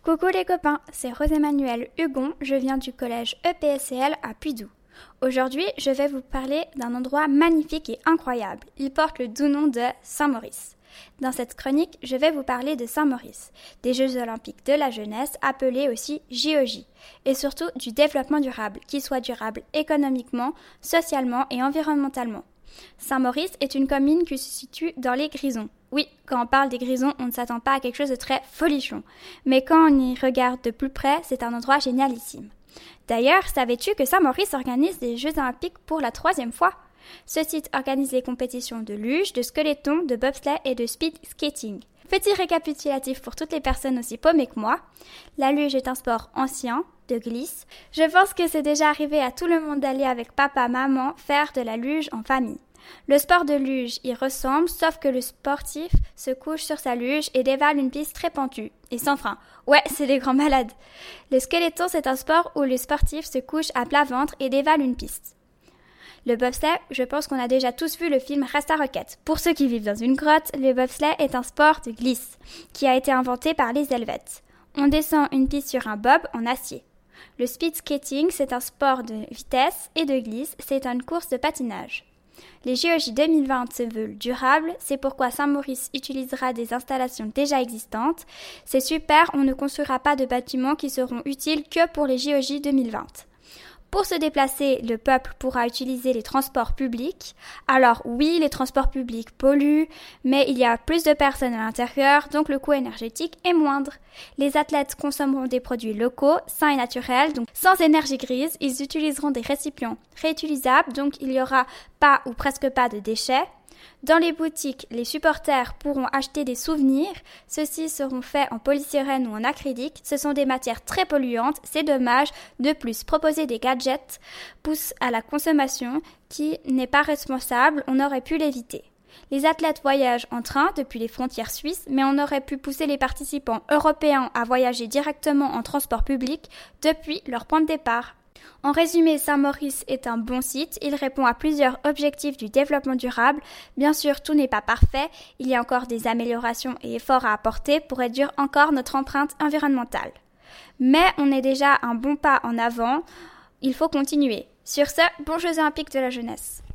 Coucou les copains, c'est Rose-Emmanuelle Hugon, je viens du collège EPSCL à Puydou. Aujourd'hui, je vais vous parler d'un endroit magnifique et incroyable. Il porte le doux nom de Saint-Maurice. Dans cette chronique, je vais vous parler de Saint-Maurice, des Jeux Olympiques de la jeunesse, appelés aussi JOJ, et surtout du développement durable, qui soit durable économiquement, socialement et environnementalement. Saint-Maurice est une commune qui se situe dans les Grisons. Oui, quand on parle des Grisons, on ne s'attend pas à quelque chose de très folichon. Mais quand on y regarde de plus près, c'est un endroit génialissime. D'ailleurs, savais-tu que Saint-Maurice organise des Jeux Olympiques pour la 3e fois ? Ce site organise les compétitions de luge, de squeletton, de bobsleigh et de speed skating. Petit récapitulatif pour toutes les personnes aussi paumées que moi. La luge est un sport ancien, de glisse. Je pense que c'est déjà arrivé à tout le monde d'aller avec papa, maman, faire de la luge en famille. Le sport de luge y ressemble, sauf que le sportif se couche sur sa luge et dévale une piste très pentue et sans frein. Ouais, c'est des grands malades. Le skeleton, c'est un sport où le sportif se couche à plat ventre et dévale une piste. Le bobsleigh, je pense qu'on a déjà tous vu le film Rasta Rocket. Pour ceux qui vivent dans une grotte, le bobsleigh est un sport de glisse qui a été inventé par les Helvètes. On descend une piste sur un bob en acier. Le speed skating, c'est un sport de vitesse et de glisse, c'est une course de patinage. Les JOJ 2020 se veulent durables, c'est pourquoi Saint-Maurice utilisera des installations déjà existantes. C'est super, on ne construira pas de bâtiments qui seront utiles que pour les JOJ 2020. Pour se déplacer, le peuple pourra utiliser les transports publics. Alors oui, les transports publics polluent, mais il y a plus de personnes à l'intérieur, donc le coût énergétique est moindre. Les athlètes consommeront des produits locaux, sains et naturels, donc sans énergie grise. Ils utiliseront des récipients réutilisables, donc il n'y aura pas ou presque pas de déchets. Dans les boutiques, les supporters pourront acheter des souvenirs. Ceux-ci seront faits en polystyrène ou en acrylique. Ce sont des matières très polluantes, c'est dommage. De plus, proposer des gadgets pousse à la consommation qui n'est pas responsable, on aurait pu l'éviter. Les athlètes voyagent en train depuis les frontières suisses, mais on aurait pu pousser les participants européens à voyager directement en transport public depuis leur point de départ. En résumé, Saint-Maurice est un bon site, il répond à plusieurs objectifs du développement durable. Bien sûr, tout n'est pas parfait, il y a encore des améliorations et efforts à apporter pour réduire encore notre empreinte environnementale. Mais on est déjà un bon pas en avant, il faut continuer. Sur ce, bons Jeux Olympiques de la jeunesse.